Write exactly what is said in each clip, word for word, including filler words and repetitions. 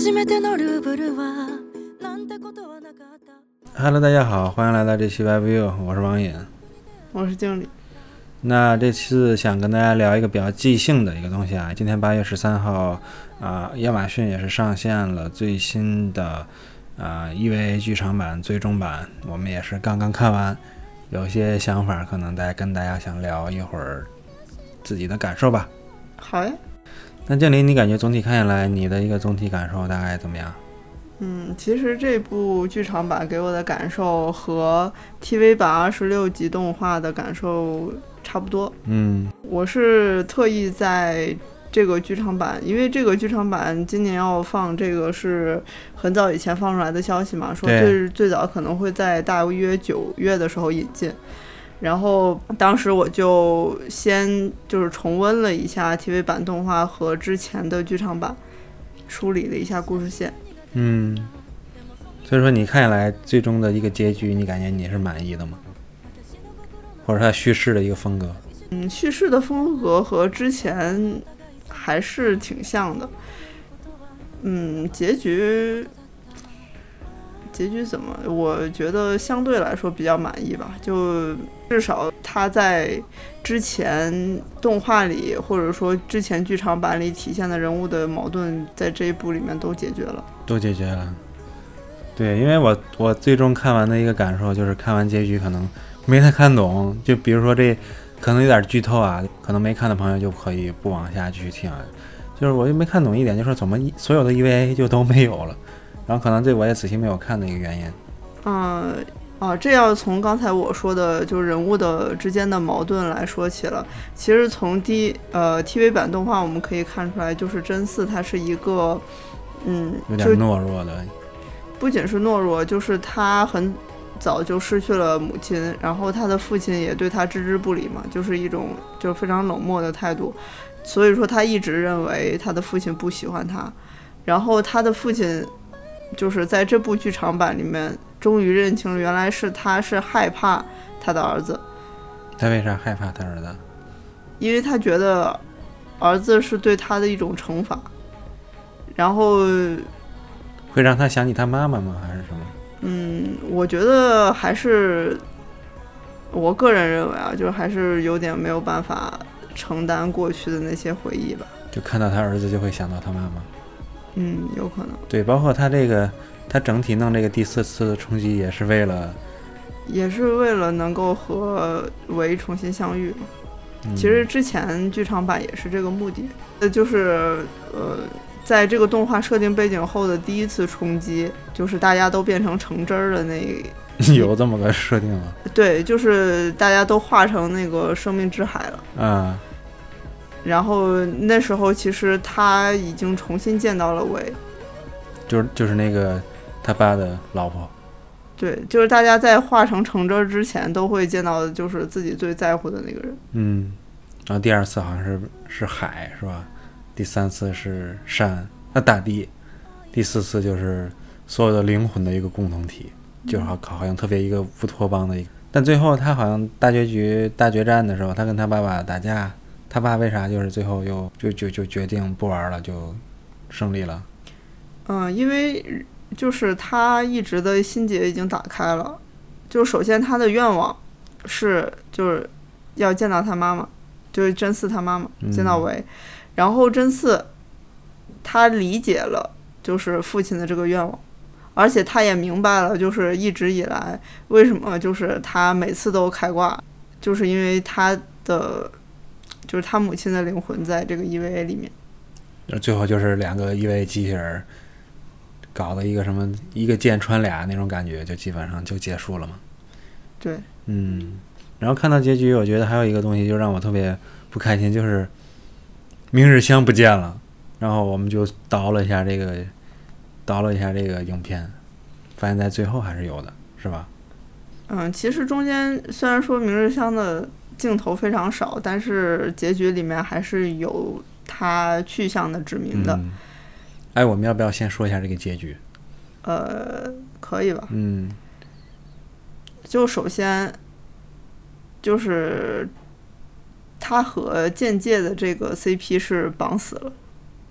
Hello， 大家好，欢迎来到这期 WebView， 我是王颖， 我是经理。 那这次想跟大家聊一个比较即兴的一个东西啊，今天八月十三号啊、呃，亚马逊也是上线了最新的啊、呃、E V A 剧场版最终版，我们也是刚刚看完，有些想法可能大家跟大家想聊一会儿自己的感受吧。 好呀。 那经理，你感觉总体看下来，你的一个总体感受大概怎么样？ 嗯，其实这部剧场版给我的感受和 T V 版二十六集动画的感受差不多。 嗯， 我是特意在这个剧场版，因为这个剧场版今年要放，这个是很早以前放出来的消息嘛，说最最早可能会在大约九月的时候引进。然后当时我就先就是重温了一下 T V 版动画和之前的剧场版，梳理了一下故事线。 嗯，所以说你看下来最终的一个结局，你感觉你是满意的吗？或者它叙事的一个风格？ 嗯，叙事的风格和之前还是挺像的。嗯，结局结局怎么？我觉得相对来说比较满意吧，就至少他在之前动画里或者说之前剧场版里体现的人物的矛盾，在这一部里面都解决了。 都解决了。对，因为我我最终看完的一个感受就是看完结局可能没太看懂，就比如说这可能有点剧透啊，可能没看的朋友就可以不往下继续听。就是我就没看懂一点，就是怎么所有的 E V A 就都没有了，然后可能这我也仔细没有看的一个原因。 嗯啊，这要从刚才我说的就是人物的之间的矛盾来说起了。其实从第呃 T V 版动画我们可以看出来，就是真嗣他是一个嗯有点懦弱的， 不仅是懦弱，就是他很早就失去了母亲，然后他的父亲也对他置之不理嘛，就是一种就非常冷漠的态度。所以说他一直认为他的父亲不喜欢他，然后他的父亲就是在这部剧场版里面终于认清了，原来是他是害怕他的儿子。 他为啥害怕他儿子？ 因为他觉得儿子是对他的一种惩罚，然后会让他想起他妈妈吗？还是什么？ 嗯，我觉得还是我个人认为啊，就是还是有点没有办法承担过去的那些回忆吧。 就看到他儿子就会想到他妈妈。 嗯，有可能。对， 包括他这个他整体弄这个第四次的冲击也是为了也是为了能够和唯重新相遇嘛。 嗯、 其实之前剧场版也是这个目的，呃，就是呃，在这个动画设定背景后的第一次冲击，就是大家都变成橙汁儿的那有这么个设定吗？ 对，就是大家都化成那个生命之海了啊。 然后那时候其实他已经重新见到了唯， 就是就是那个他爸的老婆。 对，就是大家在化成橙汁之前都会见到的就是自己最在乎的那个人。 嗯，然后第二次好像是是海是吧？第三次是山啊大地，第四次就是所有的灵魂的一个共同体，就是好好像特别一个乌托邦的一个。但最后他好像大结局大决战的时候，他跟他爸爸打架，他爸为啥就是最后又就就就决定不玩了，就胜利了？ 嗯，因为就是他一直的心结已经打开了，就首先他的愿望是就是要见到他妈妈，就是真嗣他妈妈见到唯、嗯、然后真嗣他理解了就是父亲的这个愿望，而且他也明白了就是一直以来为什么就是他每次都开挂，就是因为他的就是他母亲的灵魂在这个 E V A 里面。 最后就是两个 E V A 机器人搞的一个什么一个剑穿俩那种感觉，就基本上就结束了嘛。 对， 嗯，然后看到结局，我觉得还有一个东西就让我特别不开心，就是明日香不见了。然后我们就倒了一下这个，倒了一下这个影片，发现在最后还是有的，是吧？ 嗯，其实中间虽然说明日香的镜头非常少，但是结局里面还是有他去向的指明的。 嗯，哎，我们要不要先说一下这个结局？ 呃，可以吧。 嗯， 就首先就是他和剑界的这个 C P 是绑死了。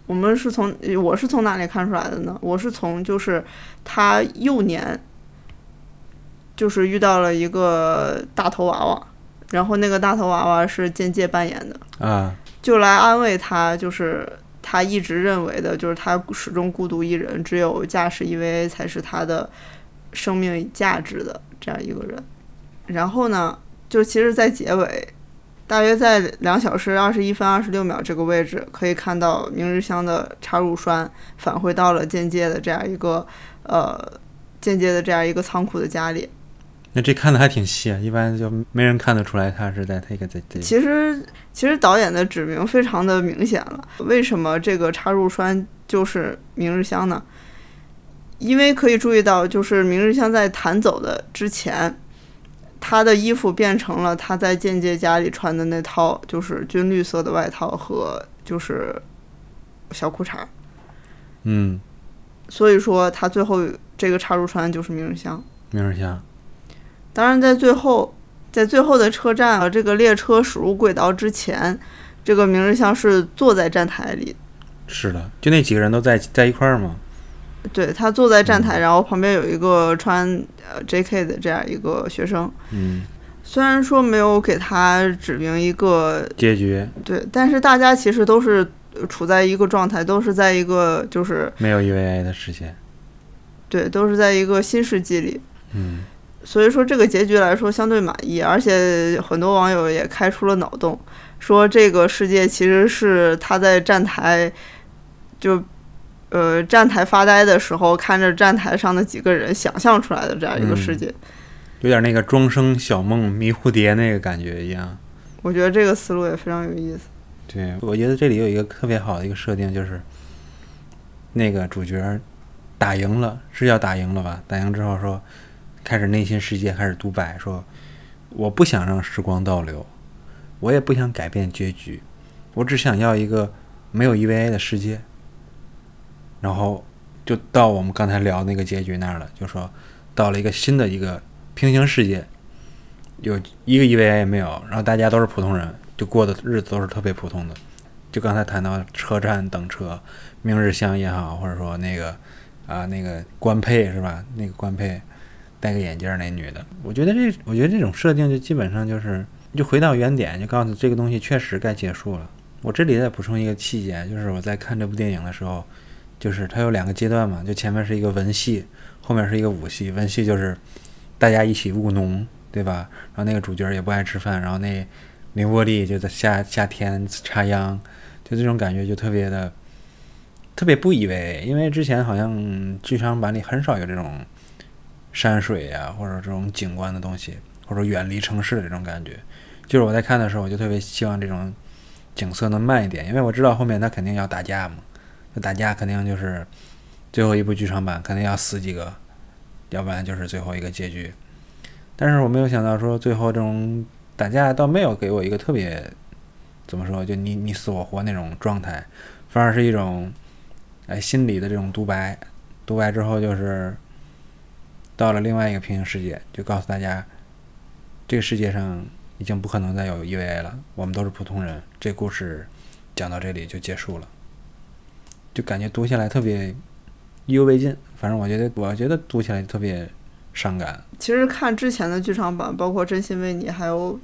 我们是从我是从哪里看出来的呢？我是从就是他幼年，就是遇到了一个大头娃娃，然后那个大头娃娃是间接扮演的啊， 就来安慰他，就是他一直认为的，就是他始终孤独一人，只有驾驶 E V A 才是他的生命价值的这样一个人。然后呢，就其实在结尾大约在两小时二十一分二十六秒这个位置，可以看到明日香的插入栓返回到了间接的这样一个呃间接的这样一个仓库的家里。 那这看的还挺细啊，一般就没人看得出来他是在这个在这。 其实其实导演的指明非常的明显了，为什么这个插入栓就是明日香呢？因为可以注意到，就是明日香在弹走的之前，他的衣服变成了他在间接家里穿的那套就是军绿色的外套和就是小裤衩。 嗯， 所以说他最后这个插入栓就是明日香。 明日香。 当然在最后在最后的车站和这个列车驶入轨道之前，这个明日香是坐在站台里。 是的，就那几个人都在在一块儿嘛。 对，他坐在站台、嗯、然后旁边有一个穿呃 J K 的这样一个学生。 嗯， 虽然说没有给他指明一个结局， 对，但是大家其实都是处在一个状态，都是在一个就是没有 E V A 的世界。 对，都是在一个新世纪里。 嗯， 所以说这个结局来说相对满意，而且很多网友也开出了脑洞，说这个世界其实是他在站台就呃站台发呆的时候，看着站台上的几个人想象出来的这样一个世界、嗯、 有点那个庄生晓梦迷蝴蝶那个感觉一样。 我觉得这个思路也非常有意思。 对，我觉得这里有一个特别好的一个设定，就是那个主角打赢了，是叫打赢了吧，打赢之后说开始内心世界开始独白，说我不想让时光倒流，我也不想改变结局，我只想要一个没有 E V A 的世界。然后就到我们刚才聊那个结局那儿了，就说到了一个新的一个平行世界，有一个 E V A 也没有，然后大家都是普通人，就过的日子都是特别普通的。就刚才谈到车站等车，明日香也好，或者说那个啊那个官配是吧，那个官配戴个眼镜那女的，我觉得这我觉得这种设定就基本上就是就回到原点，就告诉这个东西确实该结束了。我这里再补充一个细节，就是我在看这部电影的时候，就是它有两个阶段嘛，就前面是一个文戏，后面是一个武戏。文戏就是大家一起务农，对吧？然后那个主角也不爱吃饭，然后那林波丽就在夏夏天插秧，就这种感觉就特别的特别不以为，因为之前好像剧场版里很少有这种山水啊或者这种景观的东西，或者远离城市的这种感觉。就是我在看的时候，我就特别希望这种景色能慢一点，因为我知道后面他肯定要打架嘛，打架肯定就是最后一部剧场版肯定要死几个，要不然就是最后一个结局。但是我没有想到说最后这种打架倒没有给我一个特别怎么说就你你死我活那种状态，反而是一种哎心理的这种独白。独白之后就是到了另外一个平行世界，就告诉大家这个世界上已经不可能再有 E V A 了，我们都是普通人。这故事讲到这里就结束了，就感觉读起来特别意犹未尽。反正我觉得我觉得读起来特别伤感。 其实看之前的剧场版，包括真心为你还有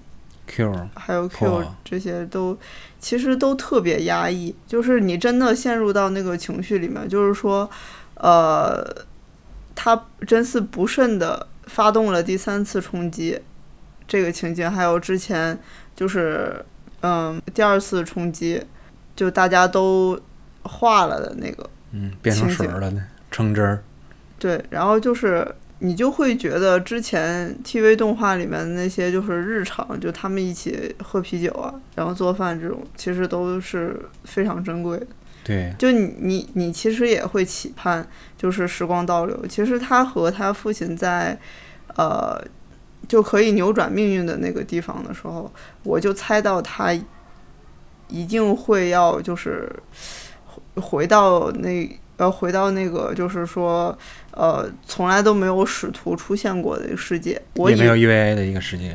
Q 还有 Q 这些都其实都特别压抑，就是你真的陷入到那个情绪里面，就是说呃他真是不慎的发动了第三次冲击这个情景，还有之前就是嗯第二次冲击就大家都化了的那个嗯变成水了呢，橙汁儿。 对，然后就是你就会觉得之前 T V 动画里面的那些就是日常，就他们一起喝啤酒啊然后做饭这种其实都是非常珍贵的。 对， 就你你你其实也会期盼就是时光倒流。其实他和他父亲在呃就可以扭转命运的那个地方的时候，我就猜到他一定会要就是回到那呃回到那个就是说呃从来都没有使徒出现过的世界，我也没有 E V A 的一个世界。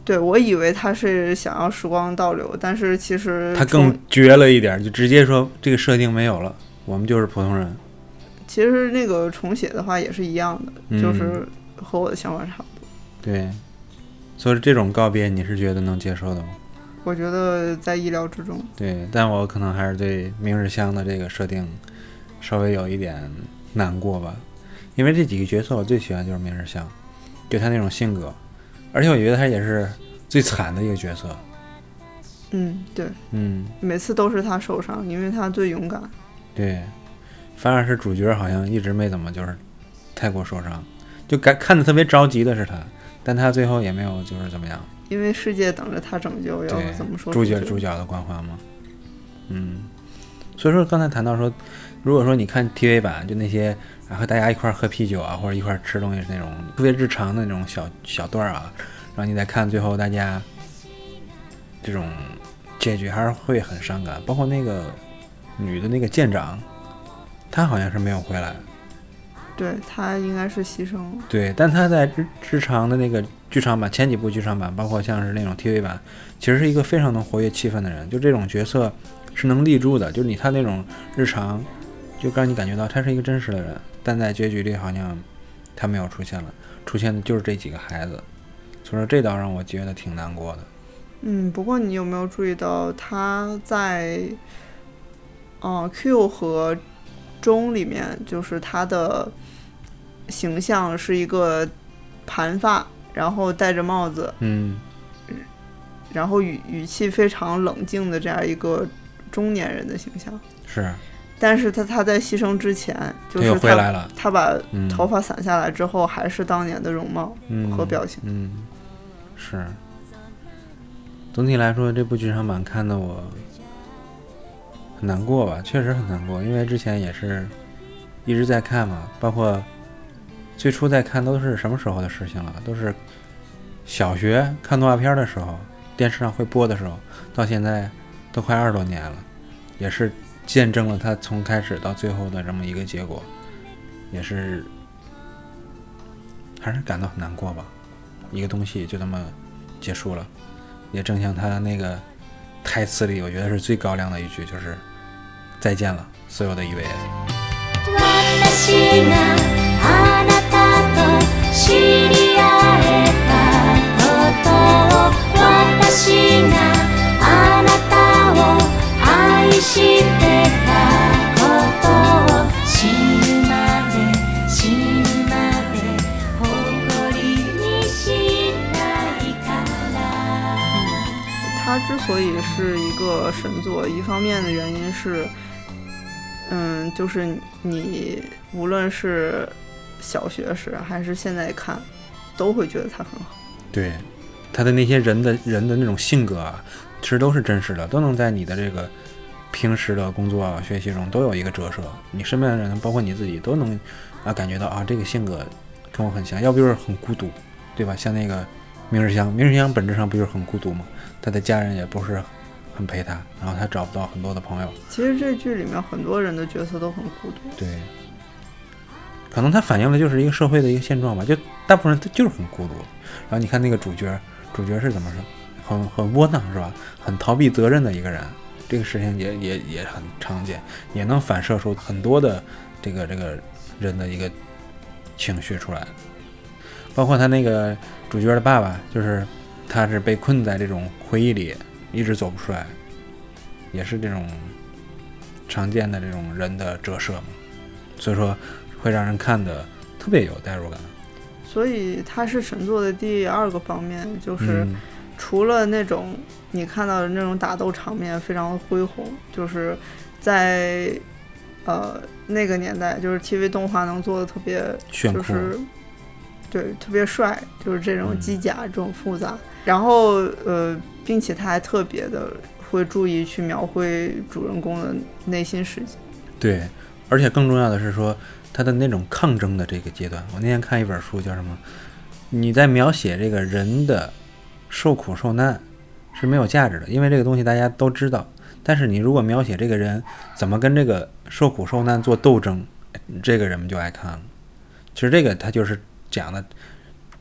对，我以为他是想要时光倒流，但是其实他更绝了一点，就直接说这个设定没有了，我们就是普通人。 其实那个重写的话也是一样的， 嗯、 就是和我的想法差不多。 对，所以这种告别你是觉得能接受的吗？ 我觉得在意料之中。 对，但我可能还是对明日香的这个设定稍微有一点难过吧，因为这几个角色我最喜欢就是明日香，就他那种性格，而且我觉得他也是最惨的一个角色。 嗯，对， 嗯， 每次都是他受伤，因为他最勇敢。 对，反而是主角好像一直没怎么就是太过受伤，就感看着特别着急的是他，但他最后也没有就是怎么样。 因为世界等着他拯救，要怎么说主角主角的光环嘛。嗯，所以说刚才谈到说，如果说你看 T V 版，就那些啊和大家一块喝啤酒啊，或者一块吃东西那种特别日常的那种小小段啊，然后你再看最后大家这种结局，还是会很伤感。包括那个女的那个舰长，她好像是没有回来。 对，他应该是牺牲了。 对，但他在日日常的那个剧场版，前几部剧场版，包括像是那种 T V 版，其实是一个非常能活跃气氛的人。就这种角色是能立住的，就是你他那种日常，就让你感觉到他是一个真实的人。但在结局里好像他没有出现了，出现的就是这几个孩子，所以说这倒让我觉得挺难过的。 嗯，不过你有没有注意到他在，嗯 Q 和中里面，就是他的形象是一个盘发，然后戴着帽子， 嗯， 然后语语气非常冷静的这样一个中年人的形象。 是， 但是他他在牺牲之前，就是他回来了， 他把头发散下来之后，嗯、还是当年的容貌和表情。 嗯，嗯是。总体来说，这部剧场版看的我很难过吧，确实很难过，因为之前也是一直在看嘛，包括最初在看都是什么时候的事情了，都是小学看动画片的时候，电视上会播的时候，到现在都快二十多年了，也是见证了它从开始到最后的这么一个结果，也是还是感到很难过吧，一个东西就这么结束了。也正像他那个台词里，我觉得是最高亮的一句，就是再见了，所有的一位。 它之所以是一个神作，一方面的原因是，嗯，就是你无论是小学时还是现在看，都会觉得它很好。 对，他的那些人的人的那种性格啊，其实都是真实的，都能在你的这个平时的工作啊、学习中都有一个折射。你身边的人，包括你自己，都能啊感觉到啊，这个性格跟我很像。要不就是很孤独，对吧？像那个明日香，明日香本质上不就是很孤独吗？他的家人也不是很陪他，然后他找不到很多的朋友。 其实这剧里面很多人的角色都很孤独。 对，可能他反映的就是一个社会的一个现状吧，就大部分人他就是很孤独。然后你看那个主角，主角是怎么说？很很窝囊是吧？很逃避责任的一个人，这个事情也也也很常见，也能反射出很多的这个这个人的一个情绪出来。包括他那个主角的爸爸，就是他是被困在这种回忆里，一直走不出来，也是这种常见的这种人的折射嘛，所以说会让人看的特别有代入感。 所以它是神作的第二个方面，就是除了那种你看到的那种打斗场面非常恢宏，就是在呃那个年代，就是 T V 动画能做的特别就是对特别帅，就是这种机甲、嗯、这种复杂，然后呃并且他还特别的会注意去描绘主人公的内心世界。 对，而且更重要的是说他的那种抗争的这个阶段。我那天看一本书叫什么，你在描写这个人的受苦受难是没有价值的，因为这个东西大家都知道，但是你如果描写这个人怎么跟这个受苦受难做斗争，这个人们就爱看了。其实这个他就是讲的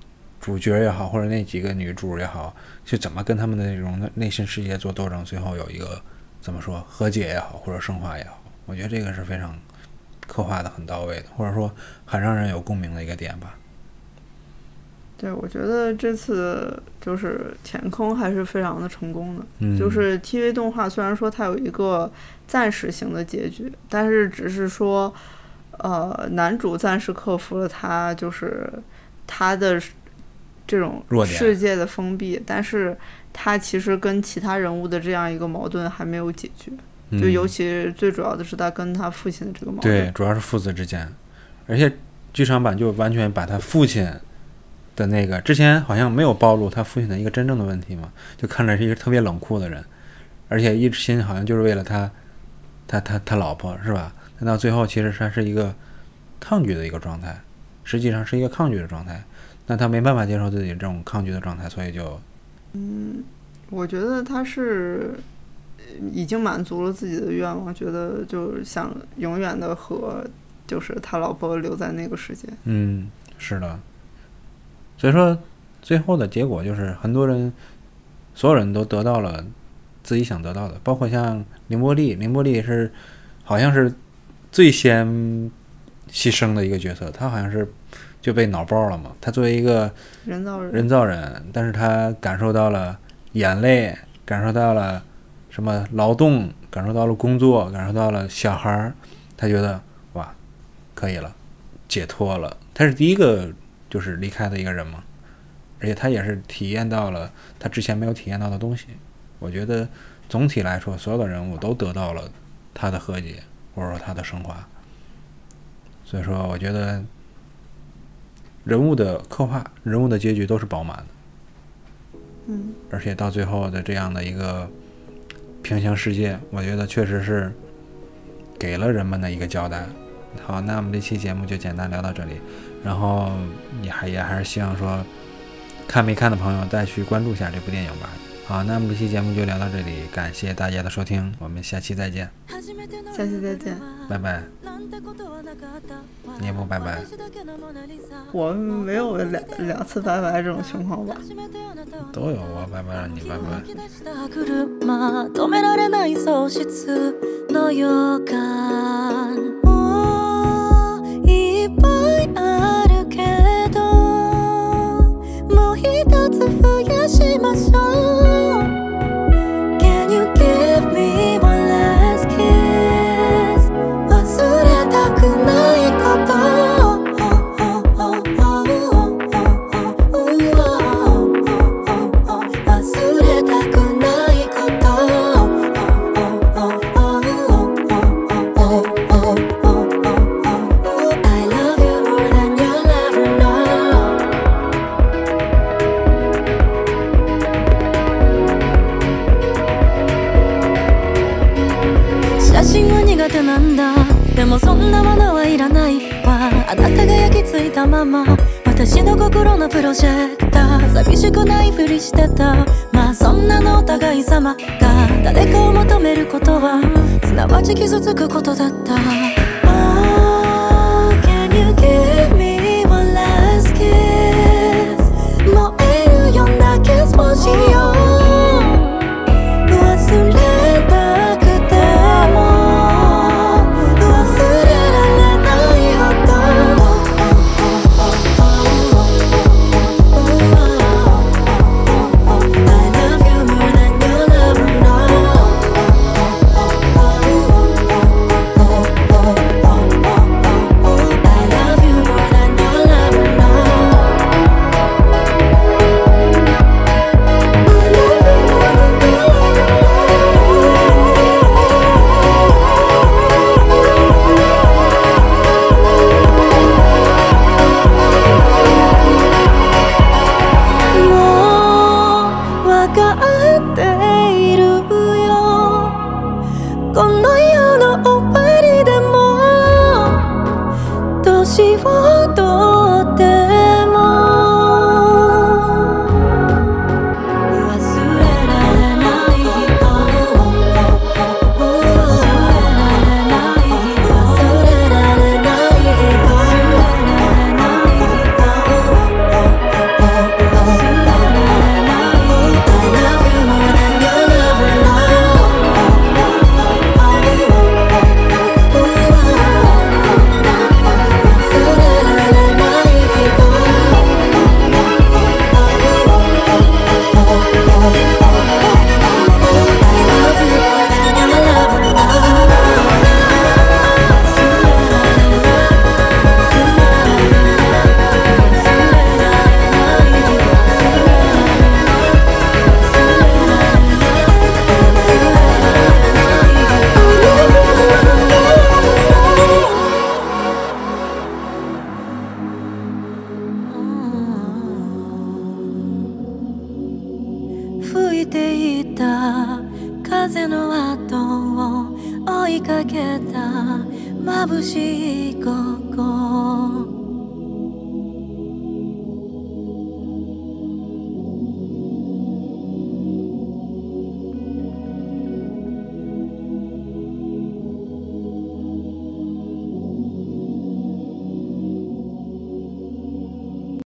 主角也好，或者那几个女主也好，去怎么跟他们的这种内心世界做斗争，最后有一个怎么说和解也好，或者升华也好，我觉得这个是非常刻画的很到位的，或者说很让人有共鸣的一个点吧。 对，我觉得这次就是填坑还是非常的成功的、 嗯、 就是 T V 动画虽然说它有一个暂时性的结局，但是只是说呃，男主暂时克服了他就是他的这种世界的封闭，但是他其实跟其他人物的这样一个矛盾还没有解决、嗯、就尤其最主要的是他跟他父亲的这个矛盾。 对，主要是父子之间，而且剧场版就完全把他父亲的那个之前好像没有暴露他父亲的一个真正的问题嘛，就看着是一个特别冷酷的人，而且一心好像就是为了他他他他老婆是吧，但到最后其实他是一个抗拒的一个状态，实际上是一个抗拒的状态，那他没办法接受自己这种抗拒的状态，所以就嗯，我觉得他是已经满足了自己的愿望，觉得就是想永远的和就是他老婆留在那个世界。 嗯，是的，所以说最后的结果就是很多人所有人都得到了自己想得到的，包括像凌波丽，凌波丽是好像是最先牺牲的一个角色，他好像是就被脑爆了嘛，他作为一个人造人人造人，但是他感受到了眼泪，感受到了什么劳动，感受到了工作，感受到了小孩，他觉得哇可以了，解脱了，他是第一个就是离开的一个人嘛，而且他也是体验到了他之前没有体验到的东西。我觉得总体来说所有的人物都得到了他的和解，或者说他的升华，所以说我觉得人物的刻画，人物的结局都是饱满的。 嗯， 而且到最后的这样的一个平行世界，我觉得确实是给了人们的一个交代。好，那我们这期节目就简单聊到这里，然后你还也还是希望说看没看的朋友再去关注一下这部电影吧。好，那么这期节目就聊到这里，感谢大家的收听，我们下期再见。 下期再见， 拜拜。你也不拜拜？ 我没有两两次拜拜这种情况吧？ 都有啊，拜拜了你拜拜。 止められない喪失の予感いっぱいあるけどもう一つ増やしましょう。Can you give me one last kiss 忘れたくないことでもそんなものはいらないわ。あなたが焼き付いたまま私の心のプロジェクター寂しくないふりしてた。まあそんなのお互い様が誰かを求めることはすなわち傷つくことだった。 Oh, can you give me one last kiss 燃えるようなキスをしよう。忘れたくてもの後を追いかけた眩しい声